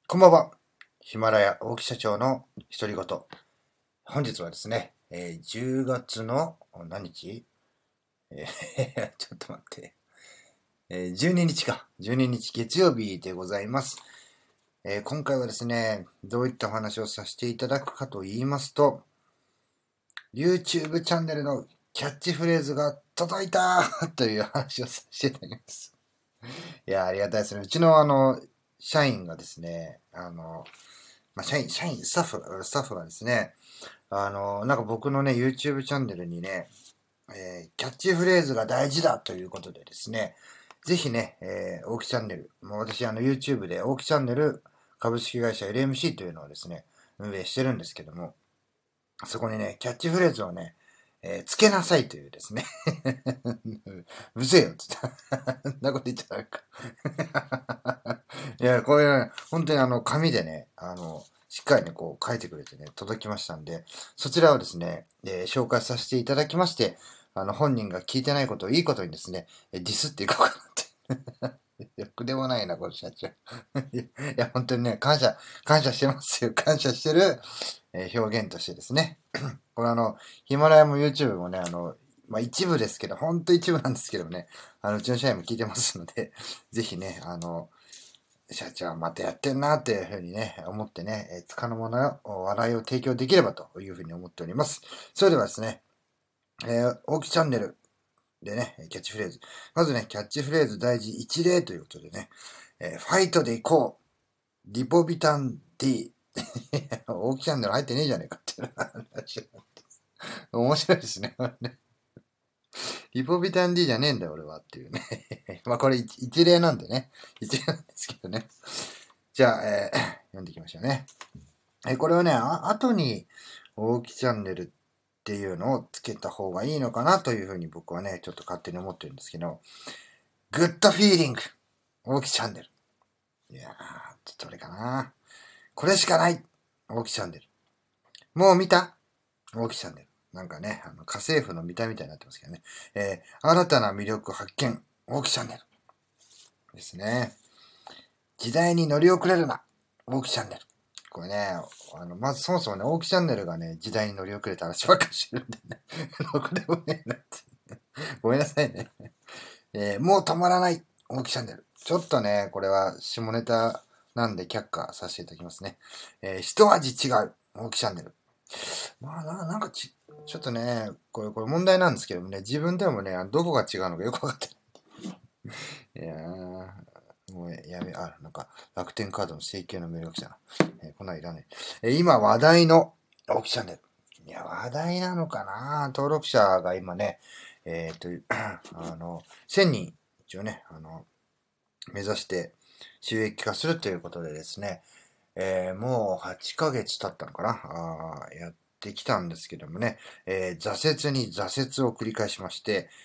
こんばんは。ヒマラヤ大木社長の独り言。本日はですね、10月の何日、ちょっと待って、12日か。12日月曜日でございます。今回はですね、どういったお話をさせていただくかと言いますと、YouTube チャンネルのキャッチフレーズが届いたという話をさせていただきます。いや、ありがたいですね。うちの社員がですね、スタッフがですね、なんか僕のね、YouTube チャンネルにね、キャッチフレーズが大事だということでですね、ぜひね、大木チャンネル、もう私YouTube で大木チャンネル株式会社 LMC というのをですね、運営してるんですけども、そこにね、キャッチフレーズをね、つけなさいというですね。うるせえよって言った。そんなこと言っちゃダメか。いや、こういうね、本当に紙でね、しっかりね、こう書いてくれてね、届きましたんで、そちらをですね、紹介させていただきまして、本人が聞いてないことをいいことにですね、ディスっていこうかなって。よくでもないな、この社長。いや、本当にね、感謝してますよ。感謝してる、表現としてですね。これヒマラヤも YouTube もね、一部ですけど、ほんと一部なんですけどもね、うちの社員も聞いてますので、ぜひね、社長はまたやってんなっていうふうにね、思ってね、つかの間の笑いを提供できればというふうに思っております。それではですね、大木チャンネルでね、キャッチフレーズ。まずね、キャッチフレーズ大事一例ということでね、ファイトで行こうリポビタン D。大木チャンネル入ってねえじゃねえかっていう話。面白いですね。リポビタン D じゃねえんだよ、俺はっていうね。まあこれ一例なんでね。一例なんですけどね。じゃあ、読んでいきましょうね。これをね、後に大木チャンネルっていうのをつけた方がいいのかなというふうに僕はね、ちょっと勝手に思ってるんですけど、グッドフィーリング大木チャンネル。いやー、どれかな。これしかない大木チャンネル。もう見た大木チャンネル。なんかね、家政婦の見たみたいになってますけどね。新たな魅力発見、大木チャンネルですね。時代に乗り遅れるな、大木チャンネル。これね、まずそもそもね、大木チャンネルがね、時代に乗り遅れた話ばっかりしてるんでね。ろくでもねえなって。ごめんなさいね。もう止まらない、大木チャンネル。ちょっとね、これは下ネタなんで却下させていただきますね。一味違う、大木チャンネル。まあなんかちょっとね、これ問題なんですけどもね、自分でもね、どこが違うのかよくわかってない。いやー、もうなんか楽天カードの請求のメールが来たな。こんなんいらない。今話題の青木チャンネル。いや、話題なのかな登録者が今ね、1000人、一応ね、目指して収益化するということでですね、もう8ヶ月経ったのかなやってきたんですけどもね、挫折に挫折を繰り返しまして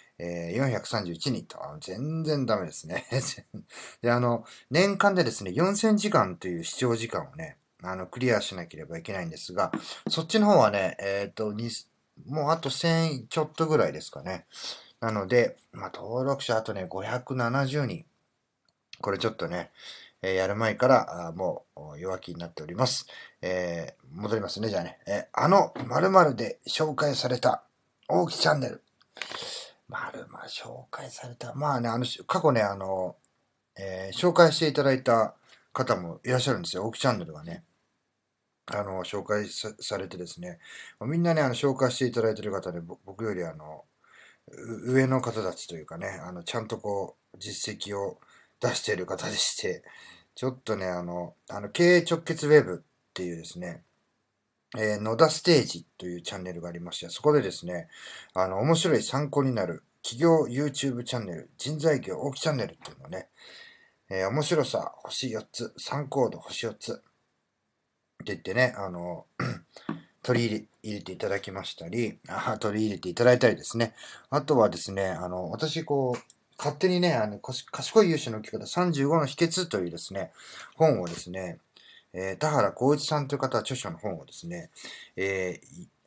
、431人と、全然ダメですね。で、年間でですね、4000時間という視聴時間をね、クリアしなければいけないんですが、そっちの方はね、もうあと1000ちょっとぐらいですかね。なので、まあ、登録者あとね、570人。これちょっとね、やる前からもう弱気になっております。戻りますね、じゃあね。〇〇で紹介された大木チャンネル。〇〇紹介された。まあね、過去ね、紹介していただいた方もいらっしゃるんですよ。大木チャンネルがね。紹介されてですね。みんなね、紹介していただいている方で、僕より上の方たちというかね、ちゃんとこう、実績を出している方でして、ちょっとね、経営直結ウェブっていうですね、野田ステージというチャンネルがありまして、そこでですね、面白い参考になる企業 YouTube チャンネル、人材業大木チャンネルっていうのをね、面白さ星4つ、参考度星4つって言ってね、取り入れていただきましたり、取り入れていただいたりですね。あとはですね、私、こう、勝手にね、賢い融資の受け方35の秘訣というですね、本をですね、田原浩一さんという方は著書の本をですね、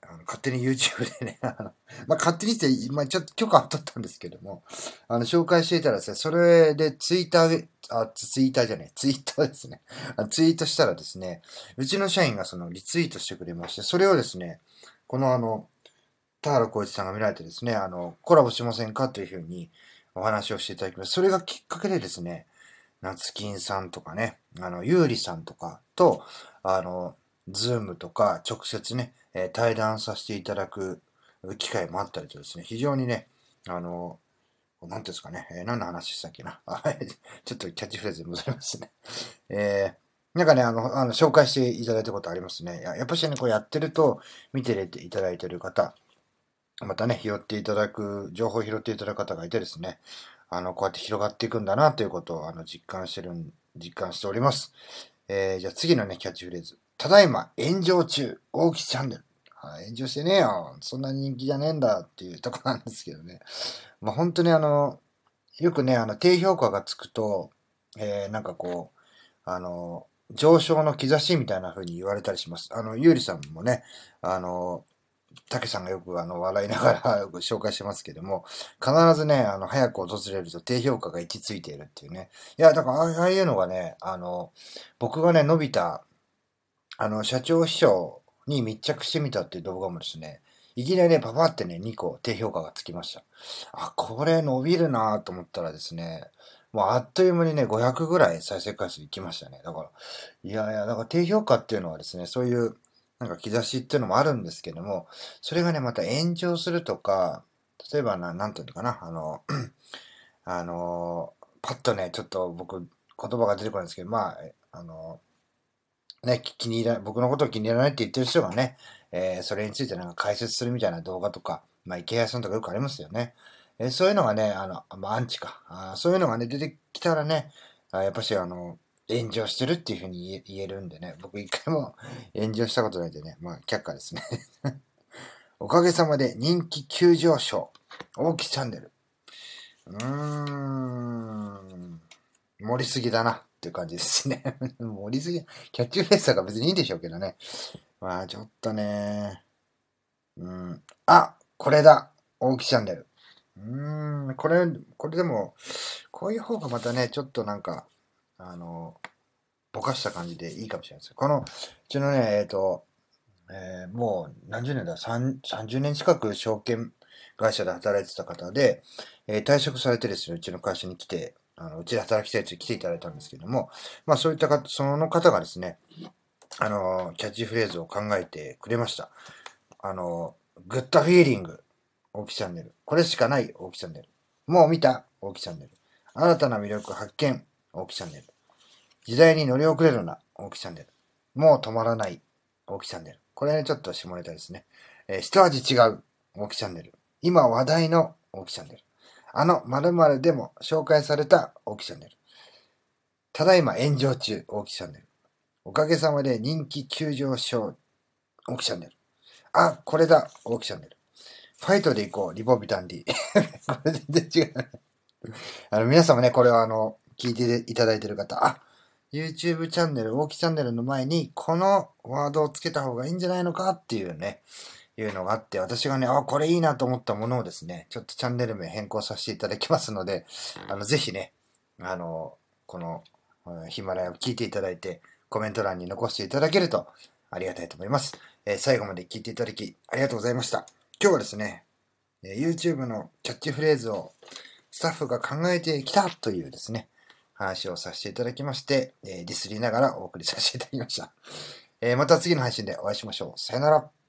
勝手に YouTube でね、勝手にって、ちょっと許可は取ったんですけども、紹介していたらですね、それでツイッターですね。ツイートしたらですね、うちの社員がそのリツイートしてくれまして、それをですね、この田原浩一さんが見られてですね、コラボしませんかというふうにお話をしていただきました。それがきっかけでですね、夏金さんとかね、ゆうりさんとかと、ズームとか直接ね、対談させていただく機会もあったりとですね、非常にね、なんていうんですかね、何の話したっけな。ちょっとキャッチフレーズに戻りますね。なんかね、紹介していただいたことありますね。やっぱしね、こうやってると、見ていただいてる方、またね、情報を拾っていただく方がいてですね、こうやって広がっていくんだなということを、実感しております。じゃあ次のね、キャッチフレーズ。ただいま炎上中、大木チャンネル。炎上してねえよ。そんな人気じゃねえんだっていうとこなんですけどね。本当によくね、低評価がつくと、なんかこう、上昇の兆しみたいな風に言われたりします。ゆうりさんもね、たけさんがよく笑いながら紹介してますけども、必ずね、早く訪れると低評価が行き着いているっていうね。いや、だからああいうのがね、僕がね、伸びた、社長秘書に密着してみたっていう動画もですね、いきなりね、パパってね、2個低評価がつきました。これ伸びるなと思ったらですね、もうあっという間にね、500ぐらい再生回数いきましたね。だから、だから低評価っていうのはですね、そういうなんか兆しっていうのもあるんですけども、それがね、また炎上するとか、例えばなんていうのかな、パッとね、ちょっと僕、言葉が出てこないんですけど、ね、僕のことを気に入らないって言ってる人がね、それについてなんか解説するみたいな動画とか、池谷さんとかよくありますよね。そういうのがね、アンチか。そういうのがね、出てきたらね、やっぱし炎上してるっていうふうに言えるんでね、僕一回も炎上したことないんでね、却下ですね。おかげさまで人気急上昇。大木チャンネル。盛りすぎだなっていう感じですね。盛りすぎ、キャッチフレーズが別にいいんでしょうけどね。ちょっとね。これだ。大木チャンネル。これでも、こういう方がまたね、ちょっとなんか、ぼかした感じでいいかもしれないです。うちのね、もう何十年だ、30年近く証券会社で働いてた方で、退職されてですね、うちの会社に来て、うちで働きたいと来ていただいたんですけども、そういったその方がですね、キャッチフレーズを考えてくれました。グッドフィーリング、大木チャンネル。これしかない、大木チャンネル。もう見た、大木チャンネル。新たな魅力発見、大木チャンネル。時代に乗り遅れるな、大木チャンネル。もう止まらない、大木チャンネル。これね、ちょっと下ネタですね。一味違う、大木チャンネル。今話題の大木チャンネル。〇〇でも紹介された大木チャンネル。ただいま炎上中、大木チャンネル。おかげさまで人気急上昇、大木チャンネル。これだ、大木チャンネル。ファイトでいこう、リボビタン D。これ全然違う。皆さんもね、これを聞いていただいている方、YouTube チャンネル、大木チャンネルの前に、このワードをつけた方がいいんじゃないのかっていうね、いうのがあって、私がね、これいいなと思ったものをですね、ちょっとチャンネル名変更させていただきますので、ぜひね、この、ヒマラヤを聞いていただいて、コメント欄に残していただけるとありがたいと思います。最後まで聞いていただきありがとうございました。今日はですね、YouTube のキャッチフレーズをスタッフが考えてきたというですね、話をさせていただきまして、ディスりながらお送りさせていただきました。また次の配信でお会いしましょう。さよなら。